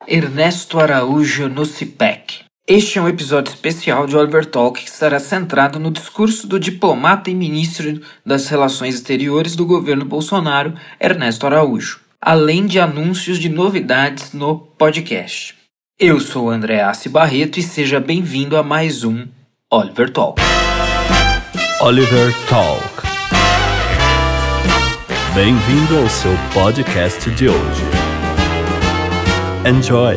Ernesto Araújo no CPEC. Este é um episódio especial de Oliver Talk que estará centrado no discurso do diplomata e ministro das Relações Exteriores do governo Bolsonaro, Ernesto Araújo, além de anúncios de novidades no podcast. Eu sou André Assi Barreto e seja bem-vindo a mais um Oliver Talk. Oliver Talk. Bem-vindo ao seu podcast de hoje. Enjoy!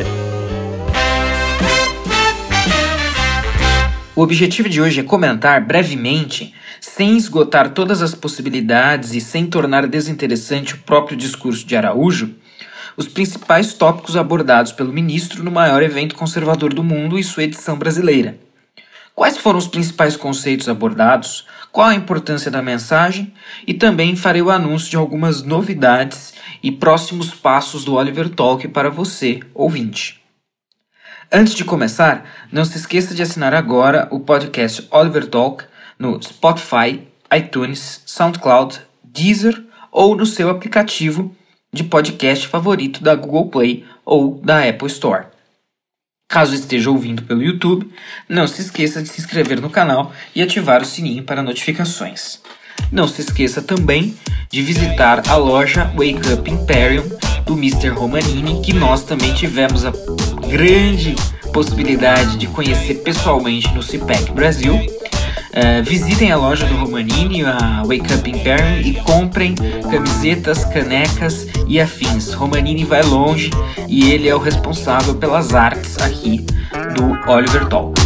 O objetivo de hoje é comentar brevemente, sem esgotar todas as possibilidades e sem tornar desinteressante o próprio discurso de Araújo, os principais tópicos abordados pelo ministro no maior evento conservador do mundo e sua edição brasileira. Quais foram os principais conceitos abordados, qual a importância da mensagem e também farei o anúncio de algumas novidades e próximos passos do Oliver Talk para você, ouvinte. Antes de começar, não se esqueça de assinar agora o podcast Oliver Talk no Spotify, iTunes, SoundCloud, Deezer ou no seu aplicativo de podcast favorito da Google Play ou da Apple Store. Caso esteja ouvindo pelo YouTube, não se esqueça de se inscrever no canal e ativar o sininho para notificações. Não se esqueça também de visitar a loja Wake Up Imperium do Mr. Romanini, que nós também tivemos a grande possibilidade de conhecer pessoalmente no CPEC Brasil. Visitem a loja do Romanini, a Wake Up Imperium, e comprem camisetas, canecas e afins. Romanini vai longe e ele é o responsável pelas artes aqui do Oliver Talk.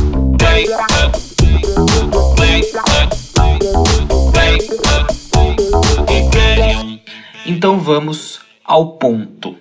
Então vamos ao ponto.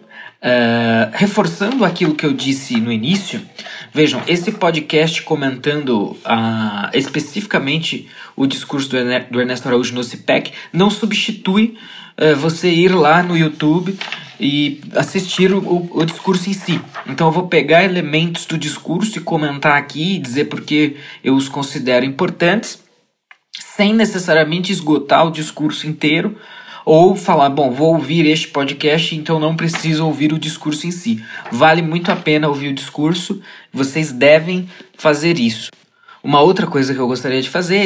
Reforçando aquilo que eu disse no início, vejam, esse podcast comentando especificamente o discurso do Ernesto Araújo no CPEC não substitui você ir lá no YouTube e assistir o discurso em si. Então eu vou pegar elementos do discurso e comentar aqui e dizer porque eu os considero importantes, sem necessariamente esgotar o discurso inteiro, ou falar, vou ouvir este podcast, então não preciso ouvir o discurso em si. Vale muito a pena ouvir o discurso, vocês devem fazer isso. Uma outra coisa que eu gostaria de fazer,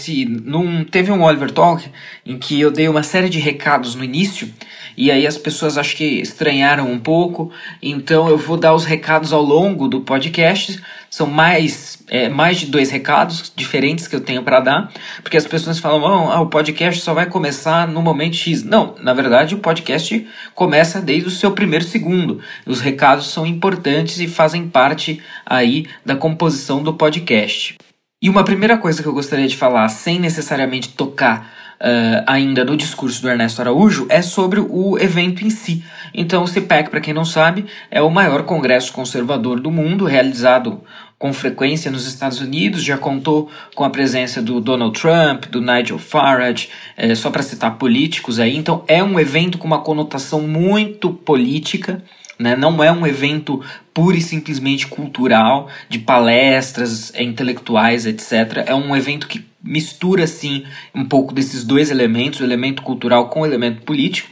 teve um Oliver Talk em que eu dei uma série de recados no início, e aí as pessoas acho que estranharam um pouco, então eu vou dar os recados ao longo do podcast. São mais de 2 recados diferentes que eu tenho para dar, porque as pessoas falam, o podcast só vai começar no momento X. Não, na verdade o podcast começa desde o seu primeiro segundo. Os recados são importantes e fazem parte aí da composição do podcast. E uma primeira coisa que eu gostaria de falar, sem necessariamente tocar ainda no discurso do Ernesto Araújo, é sobre o evento em si. Então o CPEC, para quem não sabe, é o maior congresso conservador do mundo, realizado com frequência nos Estados Unidos, já contou com a presença do Donald Trump, do Nigel Farage, só para citar políticos aí. Então é um evento com uma conotação muito política, né? Não é um evento pura e simplesmente cultural, de palestras intelectuais, etc. É um evento que mistura, sim, um pouco desses dois elementos, o elemento cultural com o elemento político,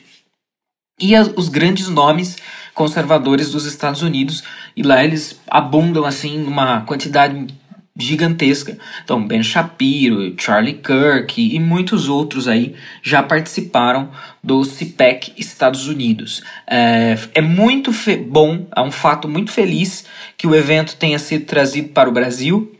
e os grandes nomes conservadores dos Estados Unidos, e lá eles abundam, assim, numa quantidade gigantesca. Então, Ben Shapiro, Charlie Kirk e muitos outros aí já participaram do CPEC Estados Unidos. É muito bom, é um fato muito feliz que o evento tenha sido trazido para o Brasil.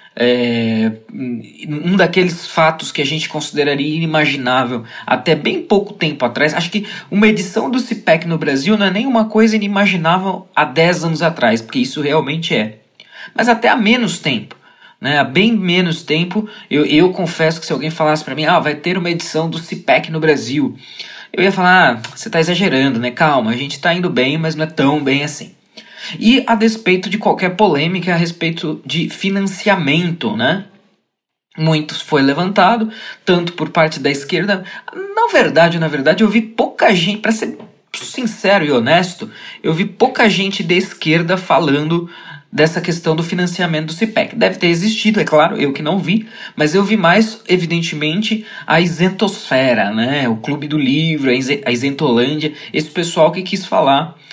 Um daqueles fatos que a gente consideraria inimaginável até bem pouco tempo atrás. Acho que uma edição do CPEC no Brasil não é nem uma coisa inimaginável há 10 anos atrás, porque isso realmente é. Mas até há menos tempo, né? Há bem menos tempo, eu confesso que se alguém falasse para mim, vai ter uma edição do CPEC no Brasil, eu ia falar, você tá exagerando, né? Calma, a gente tá indo bem, mas não é tão bem assim. E a despeito de qualquer polêmica a respeito de financiamento, né? Muito foi levantado, tanto por parte da esquerda. Na verdade, eu vi pouca gente, para ser sincero e honesto, eu vi pouca gente da esquerda falando dessa questão do financiamento do CPEC. Deve ter existido, é claro, eu que não vi, mas eu vi mais, evidentemente, a isentosfera, né? O Clube do Livro, a Isentolândia, esse pessoal que quis falar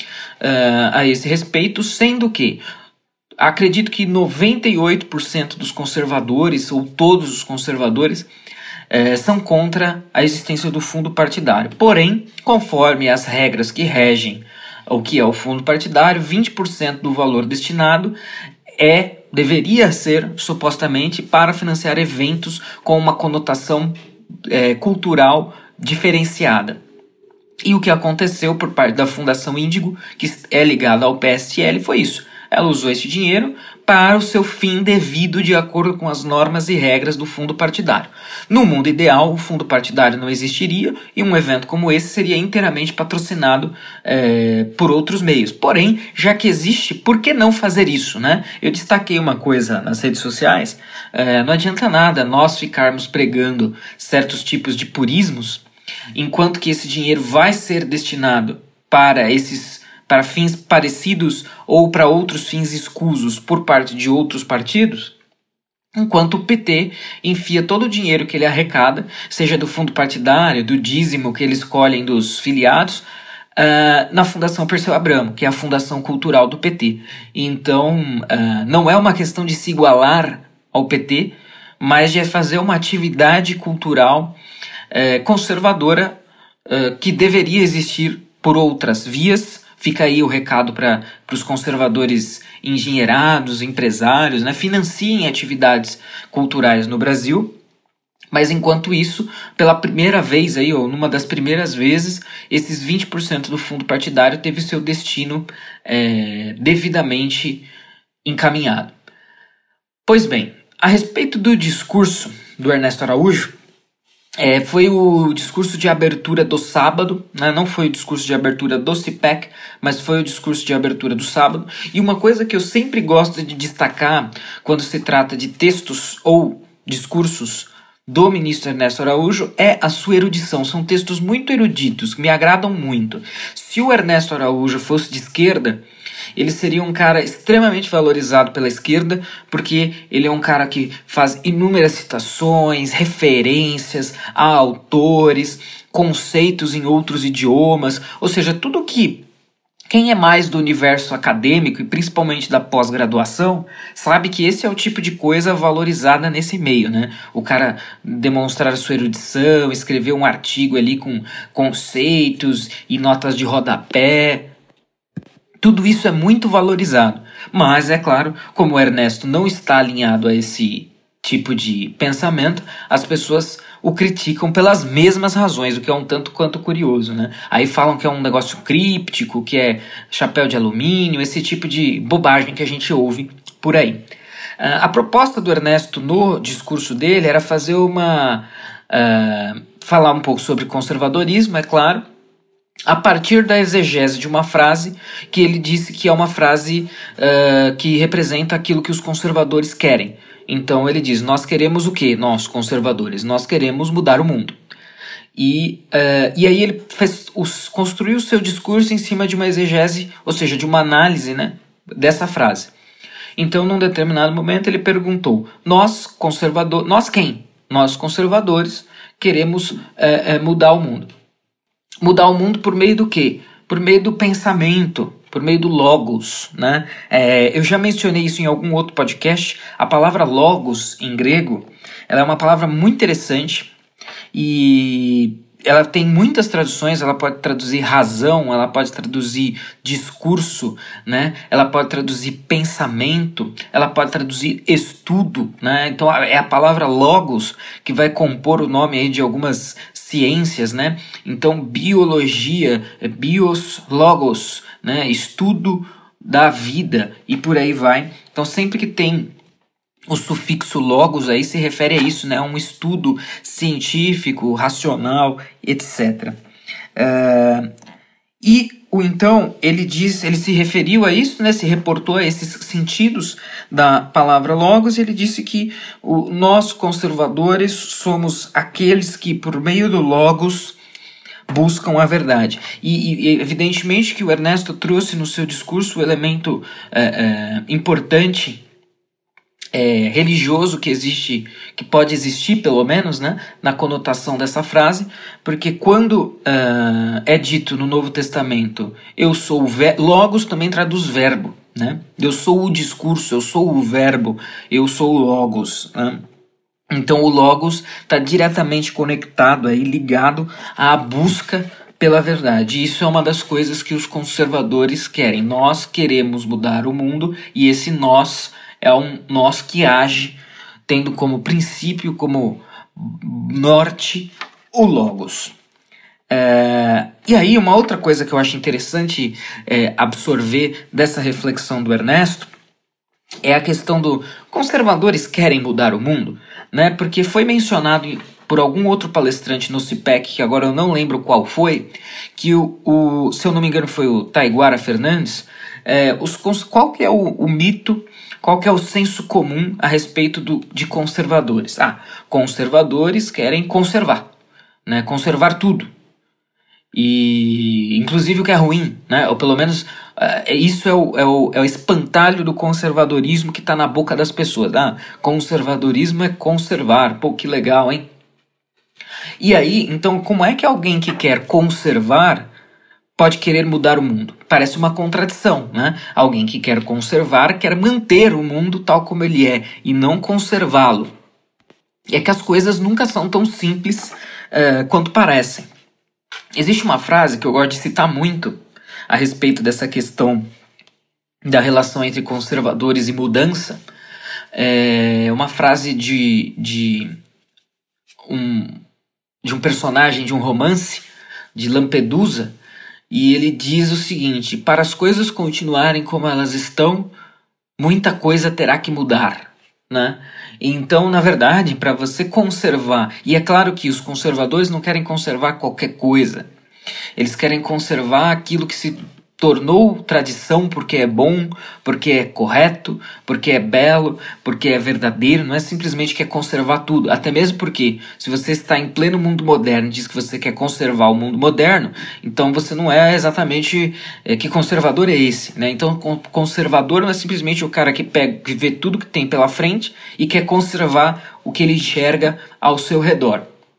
a esse respeito, sendo que acredito que 98% dos conservadores, ou todos os conservadores, são contra a existência do fundo partidário. Porém, conforme as regras que regem o que é o fundo partidário, 20% do valor destinado deveria ser, supostamente, para financiar eventos com uma conotação cultural diferenciada. E o que aconteceu por parte da Fundação Índigo, que é ligada ao PSL, foi isso. Ela usou esse dinheiro para o seu fim devido de acordo com as normas e regras do fundo partidário. No mundo ideal, o fundo partidário não existiria e um evento como esse seria inteiramente patrocinado por outros meios. Porém, já que existe, por que não fazer isso, né? Eu destaquei uma coisa nas redes sociais, não adianta nada nós ficarmos pregando certos tipos de purismos, enquanto que esse dinheiro vai ser destinado para fins parecidos ou para outros fins escusos por parte de outros partidos, enquanto o PT enfia todo o dinheiro que ele arrecada, seja do fundo partidário, do dízimo que eles colhem dos filiados, na Fundação Perseu Abramo, que é a fundação cultural do PT. Então, não é uma questão de se igualar ao PT, mas de fazer uma atividade cultural conservadora que deveria existir por outras vias. Fica aí o recado para os conservadores engenheirados, empresários, né? Financiem atividades culturais no Brasil. Mas enquanto isso, pela primeira vez, ou numa das primeiras vezes, esses 20% do fundo partidário teve seu destino devidamente encaminhado. Pois bem, a respeito do discurso do Ernesto Araújo, foi o discurso de abertura do sábado, né? Não foi o discurso de abertura do CIPEC, mas foi o discurso de abertura do sábado. E uma coisa que eu sempre gosto de destacar quando se trata de textos ou discursos do ministro Ernesto Araújo é a sua erudição. São textos muito eruditos, que me agradam muito. Se o Ernesto Araújo fosse de esquerda, ele seria um cara extremamente valorizado pela esquerda, porque ele é um cara que faz inúmeras citações, referências a autores, conceitos em outros idiomas, ou seja, tudo que quem é mais do universo acadêmico e principalmente da pós-graduação sabe que esse é o tipo de coisa valorizada nesse meio, né? O cara demonstrar a sua erudição, escrever um artigo ali com conceitos e notas de rodapé. Tudo isso é muito valorizado, mas é claro, como o Ernesto não está alinhado a esse tipo de pensamento, as pessoas o criticam pelas mesmas razões, o que é um tanto quanto curioso, né? Aí falam que é um negócio críptico, que é chapéu de alumínio, esse tipo de bobagem que a gente ouve por aí. A proposta do Ernesto no discurso dele era fazer falar um pouco sobre conservadorismo, é claro, a partir da exegese de uma frase que ele disse que é uma frase que representa aquilo que os conservadores querem. Então ele diz, nós queremos o quê? Nós, conservadores, nós queremos mudar o mundo. E aí ele construiu o seu discurso em cima de uma exegese, ou seja, de uma análise, né, dessa frase. Então, num determinado momento, ele perguntou, nós quem? Nós, conservadores, queremos mudar o mundo. Mudar o mundo por meio do quê? Por meio do pensamento, por meio do logos, né? Eu já mencionei isso em algum outro podcast. A palavra logos, em grego, ela é uma palavra muito interessante e ela tem muitas traduções. Ela pode traduzir razão, ela pode traduzir discurso, né? Ela pode traduzir pensamento, ela pode traduzir estudo, né? Então é a palavra logos que vai compor o nome aí de algumas ciências, né? Então biologia, bios, logos, né? Estudo da vida e por aí vai. Então sempre que tem o sufixo logos aí se refere a isso, né? Um estudo científico, racional, etc. Então ele se referiu a isso, né? Se reportou a esses sentidos da palavra logos, e ele disse que nós conservadores somos aqueles que por meio do logos buscam a verdade. E evidentemente que o Ernesto trouxe no seu discurso o elemento importante religioso que pode existir, pelo menos, né, na conotação dessa frase, porque quando é dito no Novo Testamento, eu sou o Logos também traduz verbo, né? Eu sou o discurso, eu sou o verbo, eu sou o Logos, né? Então o Logos está diretamente conectado, aí, ligado à busca pela verdade. E isso é uma das coisas que os conservadores querem. Nós queremos mudar o mundo, e esse nós é um nós que age tendo como princípio, como norte, o Logos. E aí uma outra coisa que eu acho interessante absorver dessa reflexão do Ernesto é a questão do conservadores querem mudar o mundo, né? Porque foi mencionado por algum outro palestrante no CIPEC, que agora eu não lembro qual foi, que se eu não me engano foi o Taiguara Fernandes, qual que é o mito, qual que é o senso comum a respeito de conservadores? Conservadores querem conservar, né? Conservar tudo. E inclusive o que é ruim, né? Ou pelo menos isso é o espantalho do conservadorismo que está na boca das pessoas. Conservadorismo é conservar. Pô, que legal, hein? E aí, então, como é que alguém que quer conservar pode querer mudar o mundo? Parece uma contradição, né? Alguém que quer conservar quer manter o mundo tal como ele é e não conservá-lo. E é que as coisas nunca são tão simples quanto parecem. Existe uma frase que eu gosto de citar muito a respeito dessa questão da relação entre conservadores e mudança. É uma frase de um personagem de um romance, de Lampedusa, e ele diz o seguinte: para as coisas continuarem como elas estão, muita coisa terá que mudar, né? Então, na verdade, para você conservar, e é claro que os conservadores não querem conservar qualquer coisa, eles querem conservar aquilo que se tornou tradição porque é bom, porque é correto, porque é belo, porque é verdadeiro. Não é simplesmente quer conservar tudo, até mesmo porque se você está em pleno mundo moderno e diz que você quer conservar o mundo moderno, então você não é exatamente que conservador é esse, né? Então conservador não é simplesmente o cara que vê tudo que tem pela frente e quer conservar o que ele enxerga ao seu redor.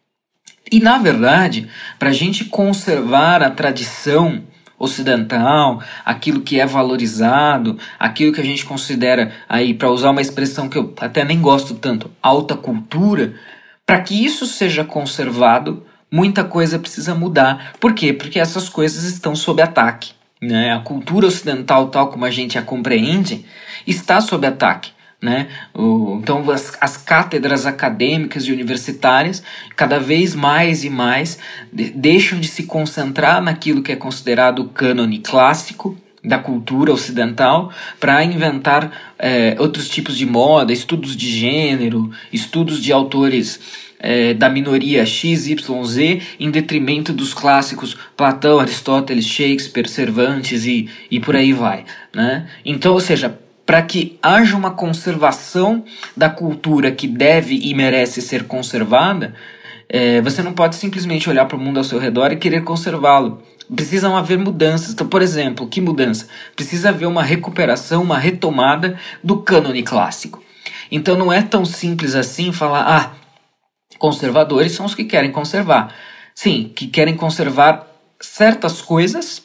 E na verdade, para a gente conservar a tradição ocidental, aquilo que é valorizado, aquilo que a gente considera, aí, para usar uma expressão que eu até nem gosto tanto, alta cultura, para que isso seja conservado, muita coisa precisa mudar. Por quê? Porque essas coisas estão sob ataque, né? A cultura ocidental, tal como a gente a compreende, está sob ataque, né? Então as cátedras acadêmicas e universitárias cada vez mais e mais deixam de se concentrar naquilo que é considerado o cânone clássico da cultura ocidental para inventar outros tipos de moda, estudos de gênero, estudos de autores da minoria XYZ em detrimento dos clássicos Platão, Aristóteles, Shakespeare, Cervantes e por aí vai, né? Então, ou seja, para que haja uma conservação da cultura que deve e merece ser conservada, você não pode simplesmente olhar para o mundo ao seu redor e querer conservá-lo. Precisam haver mudanças. Então, por exemplo, que mudança? Precisa haver uma recuperação, uma retomada do cânone clássico. Então não é tão simples assim falar, conservadores são os que querem conservar. Sim, que querem conservar certas coisas.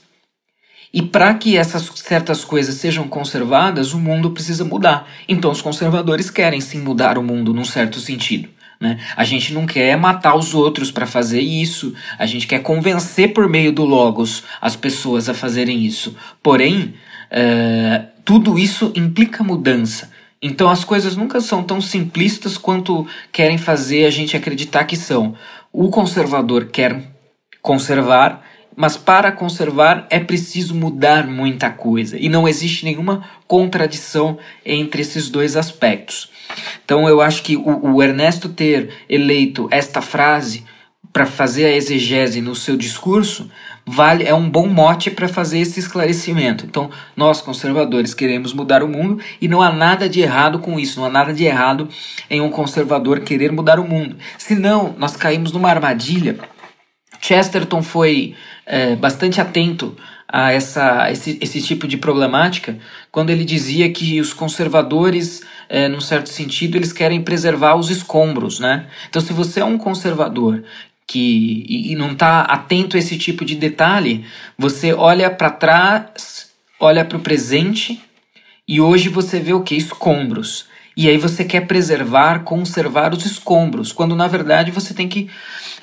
E para que essas certas coisas sejam conservadas, o mundo precisa mudar. Então os conservadores querem sim mudar o mundo num certo sentido, né? A gente não quer matar os outros para fazer isso, a gente quer convencer por meio do Logos as pessoas a fazerem isso. Porém, tudo isso implica mudança. Então as coisas nunca são tão simplistas quanto querem fazer a gente acreditar que são. O conservador quer conservar, mas para conservar é preciso mudar muita coisa. E não existe nenhuma contradição entre esses dois aspectos. Então eu acho que o Ernesto ter eleito esta frase para fazer a exegese no seu discurso é um bom mote para fazer esse esclarecimento. Então nós conservadores queremos mudar o mundo e não há nada de errado com isso. Não há nada de errado em um conservador querer mudar o mundo. Senão nós caímos numa armadilha. Chesterton foi bastante atento a esse tipo de problemática quando ele dizia que os conservadores, num certo sentido, eles querem preservar os escombros, né? Então, se você é um conservador e não está atento a esse tipo de detalhe, você olha para trás, olha para o presente e hoje você vê o quê? Escombros. E aí você quer preservar, conservar os escombros, quando na verdade você tem que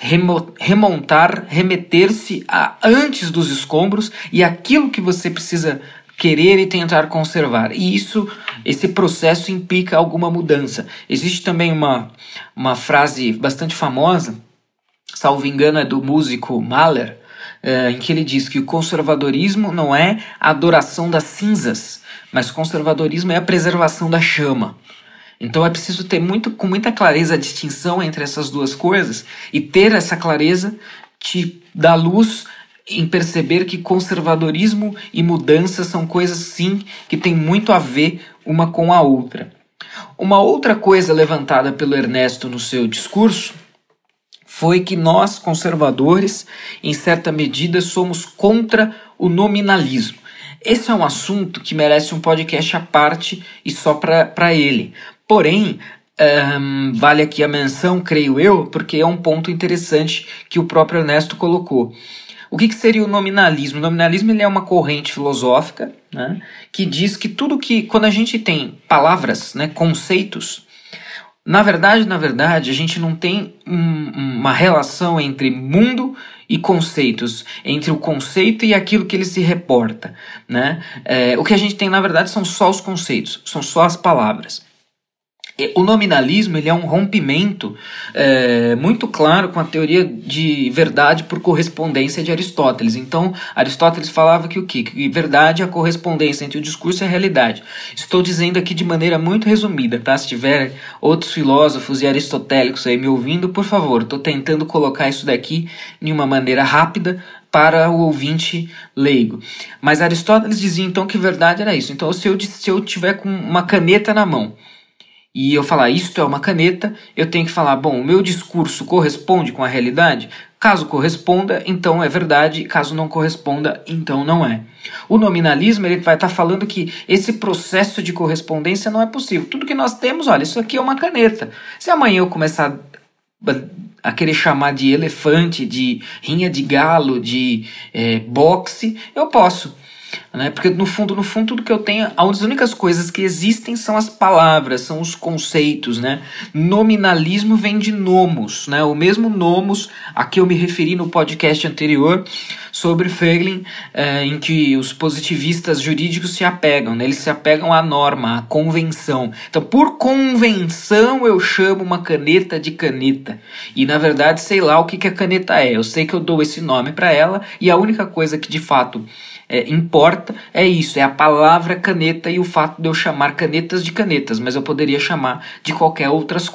remeter-se a antes dos escombros e aquilo que você precisa querer e tentar conservar. E esse processo implica alguma mudança. Existe também uma frase bastante famosa, salvo engano é do músico Mahler, em que ele diz que o conservadorismo não é a adoração das cinzas, mas conservadorismo é a preservação da chama. Então é preciso ter com muita clareza a distinção entre essas duas coisas, e ter essa clareza te dá luz em perceber que conservadorismo e mudança são coisas sim que têm muito a ver uma com a outra. Uma outra coisa levantada pelo Ernesto no seu discurso foi que nós, conservadores, em certa medida, somos contra o nominalismo. Esse é um assunto que merece um podcast à parte e só para ele. Porém, vale aqui a menção, creio eu, porque é um ponto interessante que o próprio Ernesto colocou. O que seria o nominalismo? O nominalismo ele é uma corrente filosófica, né, que diz que quando a gente tem palavras, né, conceitos, na verdade, a gente não tem uma relação entre mundo e conceitos, entre o conceito e aquilo que ele se reporta, né? O que a gente tem, na verdade, são só os conceitos, são só as palavras. O nominalismo ele é um rompimento muito claro com a teoria de verdade por correspondência de Aristóteles. Então, Aristóteles falava que o quê? Que verdade é a correspondência entre o discurso e a realidade. Estou dizendo aqui de maneira muito resumida, tá? Se tiver outros filósofos e aristotélicos aí me ouvindo, por favor, estou tentando colocar isso daqui de uma maneira rápida para o ouvinte leigo. Mas Aristóteles dizia então que verdade era isso. Então, se eu tiver com uma caneta na mão, e eu falar, isto é uma caneta, eu tenho que falar, bom, o meu discurso corresponde com a realidade? Caso corresponda, então é verdade, caso não corresponda, então não é. O nominalismo ele vai estar falando que esse processo de correspondência não é possível. Tudo que nós temos, olha, isso aqui é uma caneta. Se amanhã eu começar a querer chamar de elefante, de rinha de galo, de boxe, eu posso. Né? Porque no fundo tudo que eu tenho, as únicas coisas que existem são as palavras, são os conceitos, né? Nominalismo vem de nomos, né? O mesmo nomos a que eu me referi no podcast anterior sobre Feiglin, em que os positivistas jurídicos se apegam, né? Eles se apegam à norma, à convenção. Então, por convenção, eu chamo uma caneta de caneta. E, na verdade, sei lá o que a caneta é. Eu sei que eu dou esse nome para ela e a única coisa que, de fato, importa é isso, é a palavra caneta e o fato de eu chamar canetas de canetas, mas eu poderia chamar de quaisquer outras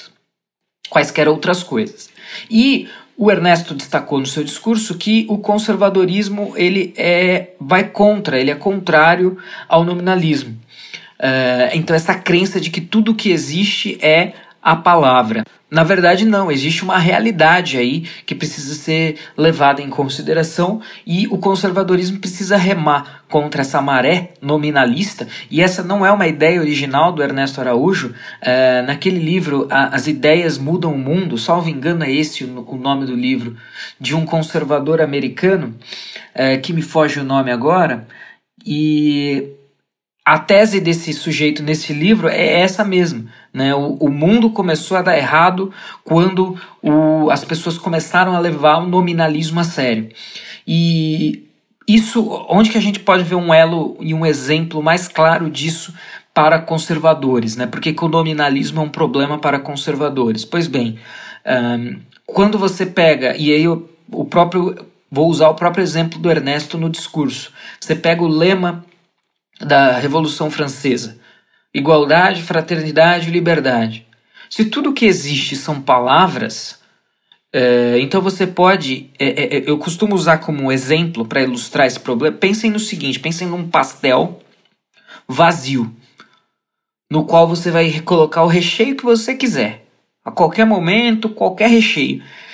coisas. E o Ernesto destacou no seu discurso que o conservadorismo ele é contrário ao nominalismo. Então essa crença de que tudo que existe é a palavra. Na verdade não, existe uma realidade aí que precisa ser levada em consideração e o conservadorismo precisa remar contra essa maré nominalista, e essa não é uma ideia original do Ernesto Araújo. Naquele livro As Ideias Mudam o Mundo, salvo engano é esse o nome do livro, de um conservador americano, que me foge o nome agora, e a tese desse sujeito nesse livro é essa mesmo, né? O mundo começou a dar errado quando as pessoas começaram a levar o nominalismo a sério. E isso, onde que a gente pode ver um elo e um exemplo mais claro disso para conservadores, né? Porque o nominalismo é um problema para conservadores. Pois bem, quando você pega, e aí vou usar o próprio exemplo do Ernesto no discurso, você pega o lema da Revolução Francesa: igualdade, fraternidade e liberdade. Se tudo que existe são palavras, então você pode... eu costumo usar como exemplo para ilustrar esse problema. Pensem no seguinte, pensem num pastel vazio, no qual você vai colocar o recheio que você quiser. A qualquer momento, qualquer recheio.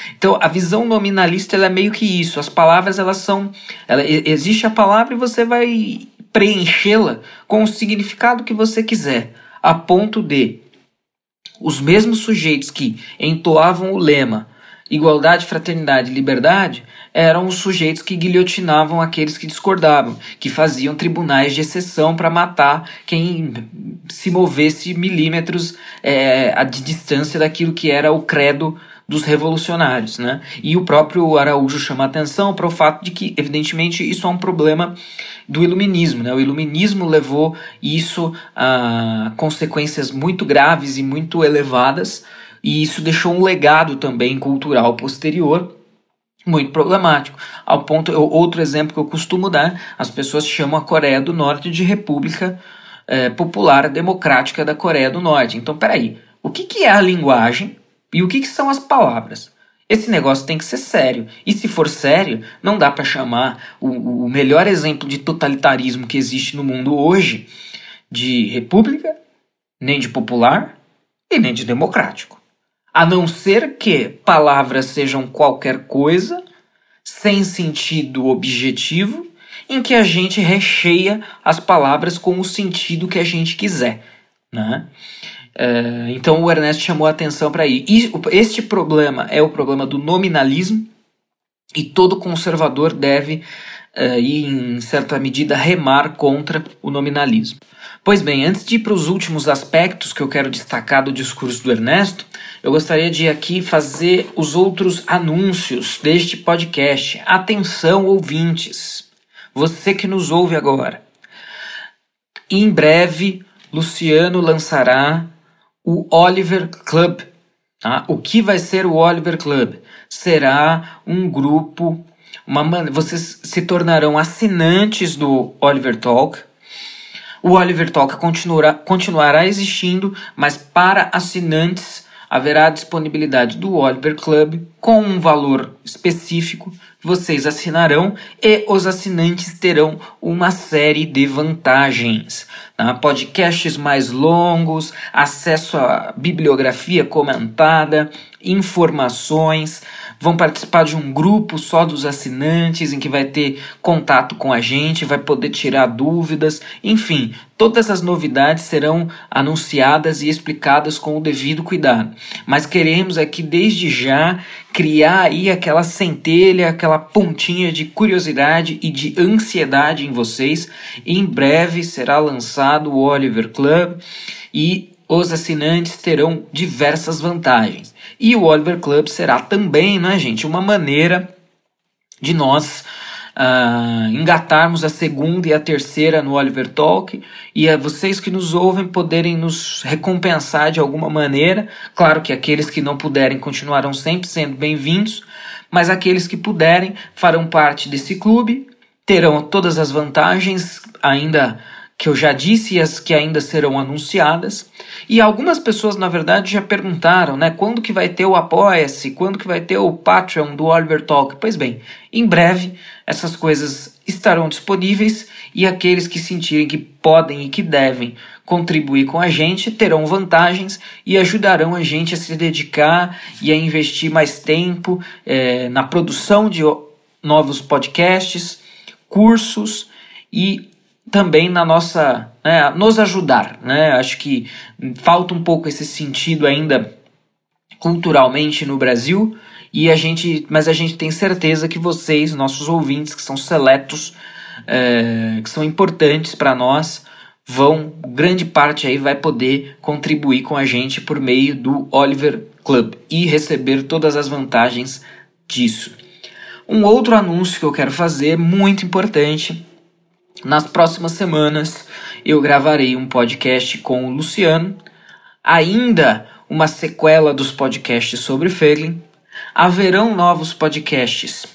Então, a visão nominalista ela é meio que isso. As palavras, existe a palavra e você vai preenchê-la com o significado que você quiser, a ponto de os mesmos sujeitos que entoavam o lema igualdade, fraternidade e liberdade eram os sujeitos que guilhotinavam aqueles que discordavam, que faziam tribunais de exceção para matar quem se movesse milímetros de distância daquilo que era o credo dos revolucionários, né? E o próprio Araújo chama a atenção para o fato de que, evidentemente, isso é um problema do iluminismo, né? O iluminismo levou isso a consequências muito graves e muito elevadas, e isso deixou um legado também cultural posterior muito problemático. Ao ponto, outro exemplo que eu costumo dar, as pessoas chamam a Coreia do Norte de República Popular Democrática da Coreia do Norte. Então, peraí, o que é a linguagem e o que são as palavras? Esse negócio tem que ser sério. E se for sério, não dá para chamar o melhor exemplo de totalitarismo que existe no mundo hoje de república, nem de popular e nem de democrático. A não ser que palavras sejam qualquer coisa, sem sentido objetivo, em que a gente recheia as palavras com o sentido que a gente quiser, né? Então o Ernesto chamou a atenção para aí. Este problema é o problema do nominalismo, e todo conservador deve, em certa medida, remar contra o nominalismo. Pois bem, antes de ir para os últimos aspectos que eu quero destacar do discurso do Ernesto, eu gostaria de aqui fazer os outros anúncios deste podcast. Atenção, ouvintes, você que nos ouve agora. Em breve, Luciano lançará o Oliver Club. Tá? O que vai ser o Oliver Club? Será um grupo, vocês se tornarão assinantes do Oliver Talk. O Oliver Talk continuará existindo, mas para assinantes haverá disponibilidade do Oliver Club com um valor específico. Vocês assinarão e os assinantes terão uma série de vantagens. Tá? Podcasts mais longos, acesso à bibliografia comentada, informações. Vão participar de um grupo só dos assinantes, em que vai ter contato com a gente, vai poder tirar dúvidas. Enfim, todas as novidades serão anunciadas e explicadas com o devido cuidado. Mas queremos aqui, desde já, criar aí aquela centelha, aquela pontinha de curiosidade e de ansiedade em vocês. Em breve será lançado o Oliver Club e os assinantes terão diversas vantagens. E o Oliver Club será também, né, gente, uma maneira de nós engatarmos a segunda e a terceira no Oliver Talk, e vocês que nos ouvem poderem nos recompensar de alguma maneira. Claro que aqueles que não puderem continuarão sempre sendo bem-vindos, mas aqueles que puderem farão parte desse clube, terão todas as vantagens ainda que eu já disse e as que ainda serão anunciadas. E algumas pessoas, na verdade, já perguntaram, né, quando que vai ter o Apoia-se, quando que vai ter o Patreon do Oliver Talk. Pois bem, em breve essas coisas estarão disponíveis, e aqueles que sentirem que podem e que devem contribuir com a gente terão vantagens e ajudarão a gente a se dedicar e a investir mais tempo na produção de novos podcasts, cursos e também na nossa, nos ajudar, né? Acho que falta um pouco esse sentido ainda culturalmente no Brasil, mas a gente tem certeza que vocês, nossos ouvintes, que são seletos, que são importantes para nós, grande parte aí vai poder contribuir com a gente por meio do Oliver Club e receber todas as vantagens disso. Um outro anúncio que eu quero fazer, muito importante: nas próximas semanas eu gravarei um podcast com o Luciano, ainda uma sequela dos podcasts sobre Fögling. Haverão novos podcasts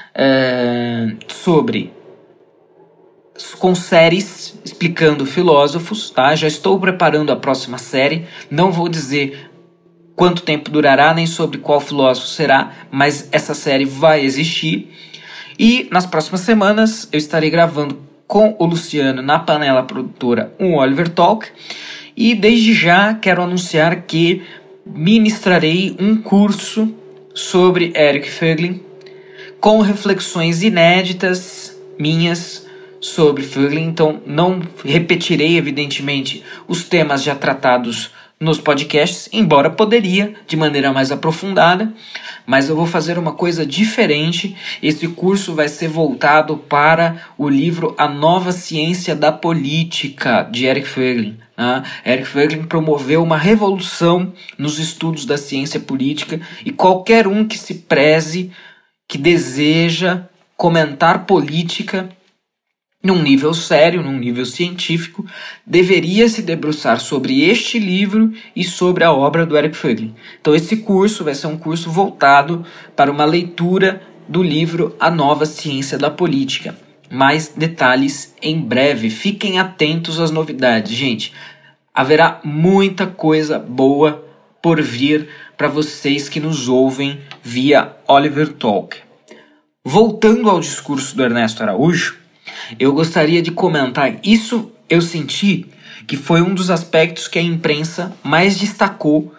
com séries explicando filósofos, tá? Já estou preparando a próxima série, não vou dizer quanto tempo durará, nem sobre qual filósofo será, mas essa série vai existir. E nas próximas semanas eu estarei gravando com o Luciano na Panela Produtora um Oliver Talk, e desde já quero anunciar que ministrarei um curso sobre Eric Voegelin, com reflexões inéditas minhas sobre Voegelin. Então não repetirei, evidentemente, os temas já tratados nos podcasts, embora poderia de maneira mais aprofundada, mas eu vou fazer uma coisa diferente. Esse curso vai ser voltado para o livro A Nova Ciência da Política, de Eric Voegelin. Eric Voegelin promoveu uma revolução nos estudos da ciência política, e qualquer um que se preze, que deseja comentar política num nível sério, num nível científico, deveria se debruçar sobre este livro e sobre a obra do Eric Voegelin. Então esse curso vai ser um curso voltado para uma leitura do livro A Nova Ciência da Política. Mais detalhes em breve, fiquem atentos às novidades, gente. Haverá muita coisa boa por vir para vocês que nos ouvem via Oliver Talk. Voltando ao discurso do Ernesto Araújo, eu gostaria de comentar, isso eu senti que foi um dos aspectos que a imprensa mais destacou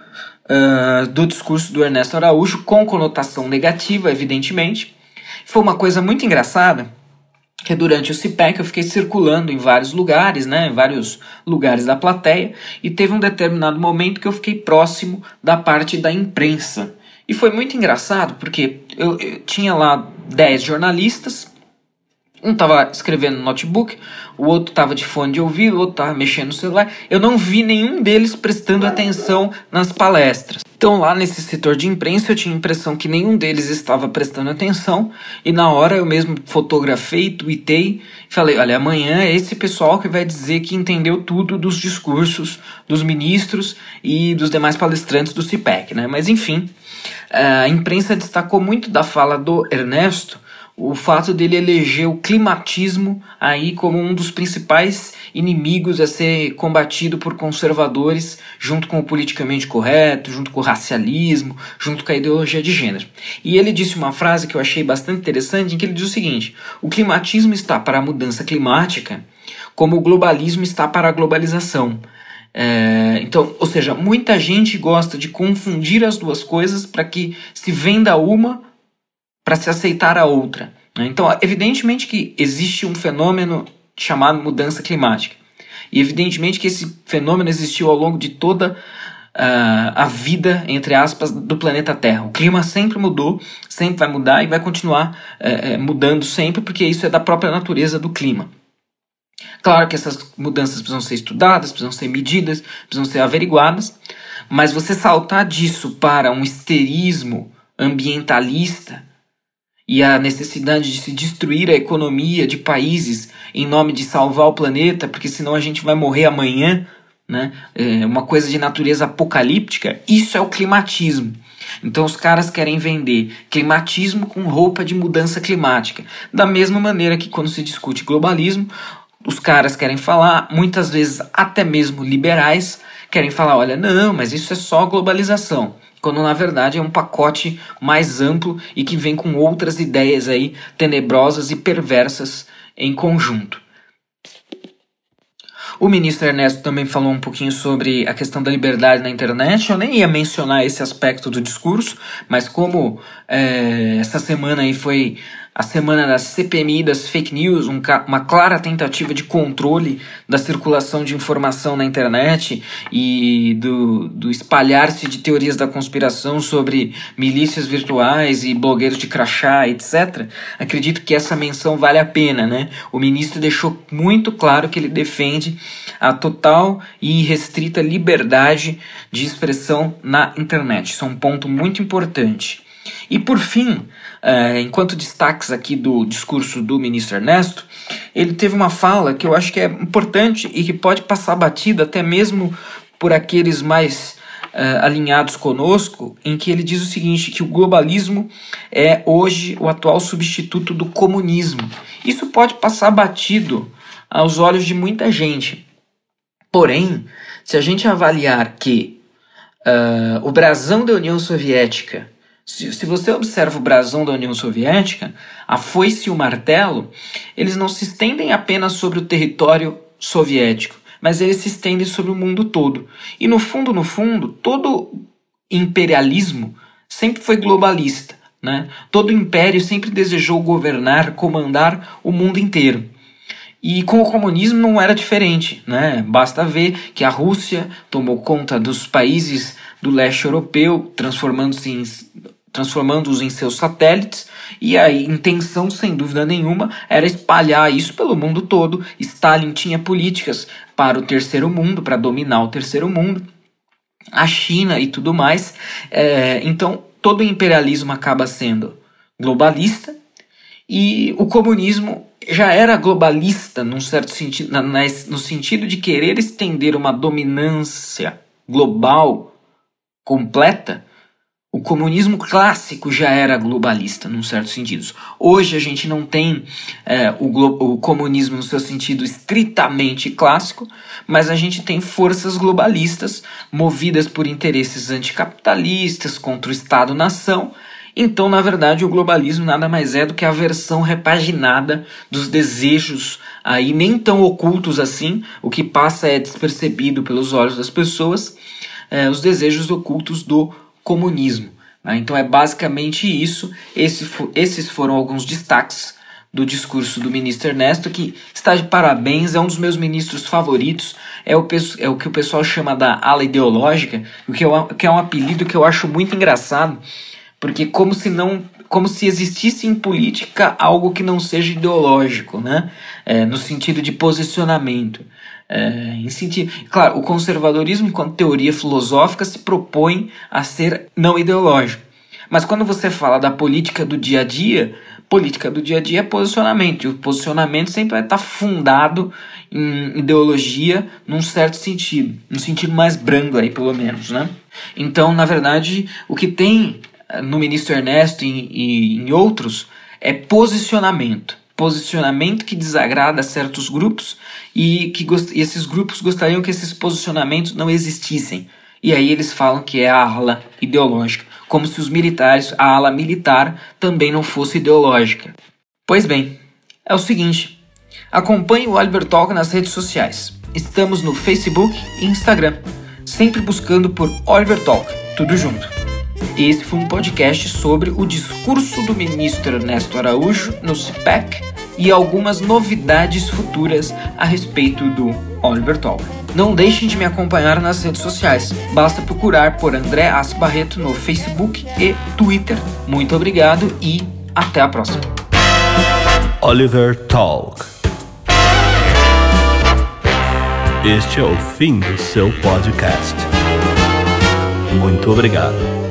do discurso do Ernesto Araújo, com conotação negativa, evidentemente. Foi uma coisa muito engraçada, que durante o CPEC eu fiquei circulando em vários lugares, em vários lugares da plateia, e teve um determinado momento que eu fiquei próximo da parte da imprensa. E foi muito engraçado, porque eu tinha lá 10 jornalistas. Um estava escrevendo no notebook, o outro estava de fone de ouvido, o outro estava mexendo no celular. Eu não vi nenhum deles prestando atenção nas palestras. Então lá nesse setor de imprensa eu tinha a impressão que nenhum deles estava prestando atenção. E na hora eu mesmo fotografei, tuitei, falei, olha, amanhã é esse pessoal que vai dizer que entendeu tudo dos discursos dos ministros e dos demais palestrantes do CPEC, Mas enfim, a imprensa destacou muito da fala do Ernesto o fato dele eleger o climatismo aí como um dos principais inimigos a ser combatido por conservadores, junto com o politicamente correto, junto com o racialismo, junto com a ideologia de gênero. E ele disse uma frase que eu achei bastante interessante, em que ele diz o seguinte: o climatismo está para a mudança climática como o globalismo está para a globalização. Então, ou seja, muita gente gosta de confundir as duas coisas para que se venda uma para se aceitar a outra. Então, evidentemente que existe um fenômeno chamado mudança climática. E evidentemente que esse fenômeno existiu ao longo de toda a vida, entre aspas, do planeta Terra. O clima sempre mudou, sempre vai mudar e vai continuar mudando sempre, porque isso é da própria natureza do clima. Claro que essas mudanças precisam ser estudadas, precisam ser medidas, precisam ser averiguadas, mas você saltar disso para um histerismo ambientalista e a necessidade de se destruir a economia de países em nome de salvar o planeta, porque senão a gente vai morrer amanhã, uma coisa de natureza apocalíptica, isso é o climatismo. Então os caras querem vender climatismo com roupa de mudança climática. Da mesma maneira que quando se discute globalismo, os caras querem falar, muitas vezes até mesmo liberais, querem falar, olha, não, mas isso é só globalização. Quando na verdade é um pacote mais amplo e que vem com outras ideias aí tenebrosas e perversas em conjunto. O ministro Ernesto também falou um pouquinho sobre a questão da liberdade na internet. Eu nem ia mencionar esse aspecto do discurso, mas como essa semana aí foi a semana da CPMI das fake news, uma clara tentativa de controle da circulação de informação na internet e do espalhar-se de teorias da conspiração sobre milícias virtuais e blogueiros de crachá, etc. Acredito que essa menção vale a pena, O ministro deixou muito claro que ele defende a total e irrestrita liberdade de expressão na internet. Isso é um ponto muito importante. E por fim, enquanto destaques aqui do discurso do ministro Ernesto, ele teve uma fala que eu acho que é importante e que pode passar batida até mesmo por aqueles mais alinhados conosco, em que ele diz o seguinte, que o globalismo é hoje o atual substituto do comunismo. Isso pode passar batido aos olhos de muita gente. Porém, se a gente avaliar que o brasão da União Soviética, se você observa o brasão da União Soviética, a foice e o martelo, eles não se estendem apenas sobre o território soviético, mas eles se estendem sobre o mundo todo. E no fundo, todo imperialismo sempre foi globalista, né? Todo império sempre desejou governar, comandar o mundo inteiro. E com o comunismo não era diferente, né? Basta ver que a Rússia tomou conta dos países do leste europeu, transformando-os em seus satélites, e a intenção, sem dúvida nenhuma, era espalhar isso pelo mundo todo. Stalin tinha políticas para o terceiro mundo, para dominar o terceiro mundo, a China e tudo mais. Então, todo o imperialismo acaba sendo globalista, e o comunismo já era globalista num certo sentido, no sentido de querer estender uma dominância global completa. O comunismo clássico já era globalista, num certo sentido. Hoje a gente não tem o comunismo no seu sentido estritamente clássico, mas a gente tem forças globalistas movidas por interesses anticapitalistas contra o Estado-nação. Então, na verdade, o globalismo nada mais é do que a versão repaginada dos desejos aí nem tão ocultos assim, o que passa é despercebido pelos olhos das pessoas, os desejos ocultos do comunismo. Então é basicamente isso. Esses foram alguns destaques do discurso do ministro Ernesto, que está de parabéns, é um dos meus ministros favoritos, é o que o pessoal chama da ala ideológica, que é um apelido que eu acho muito engraçado, porque como se existisse em política algo que não seja ideológico, né? No sentido de posicionamento. Claro, o conservadorismo, enquanto teoria filosófica, se propõe a ser não ideológico. Mas quando você fala da política do dia a dia é posicionamento. E o posicionamento sempre vai estar fundado em ideologia num certo sentido. Num sentido mais brando aí, pelo menos, né? Então, na verdade, o que tem no ministro Ernesto e em outros é posicionamento. Posicionamento que desagrada certos grupos e esses grupos gostariam que esses posicionamentos não existissem. E aí eles falam que é a ala ideológica, como se a ala militar também não fosse ideológica. Pois bem, é o seguinte, acompanhe o Oliver Talk nas redes sociais. Estamos no Facebook e Instagram, sempre buscando por Oliver Talk, tudo junto. Esse foi um podcast sobre o discurso do ministro Ernesto Araújo no CPAC e algumas novidades futuras a respeito do Oliver Talk. Não deixem de me acompanhar nas redes sociais. Basta procurar por André Assi Barreto no Facebook e Twitter. Muito obrigado e até a próxima. Oliver Talk. Este é o fim do seu podcast. Muito obrigado.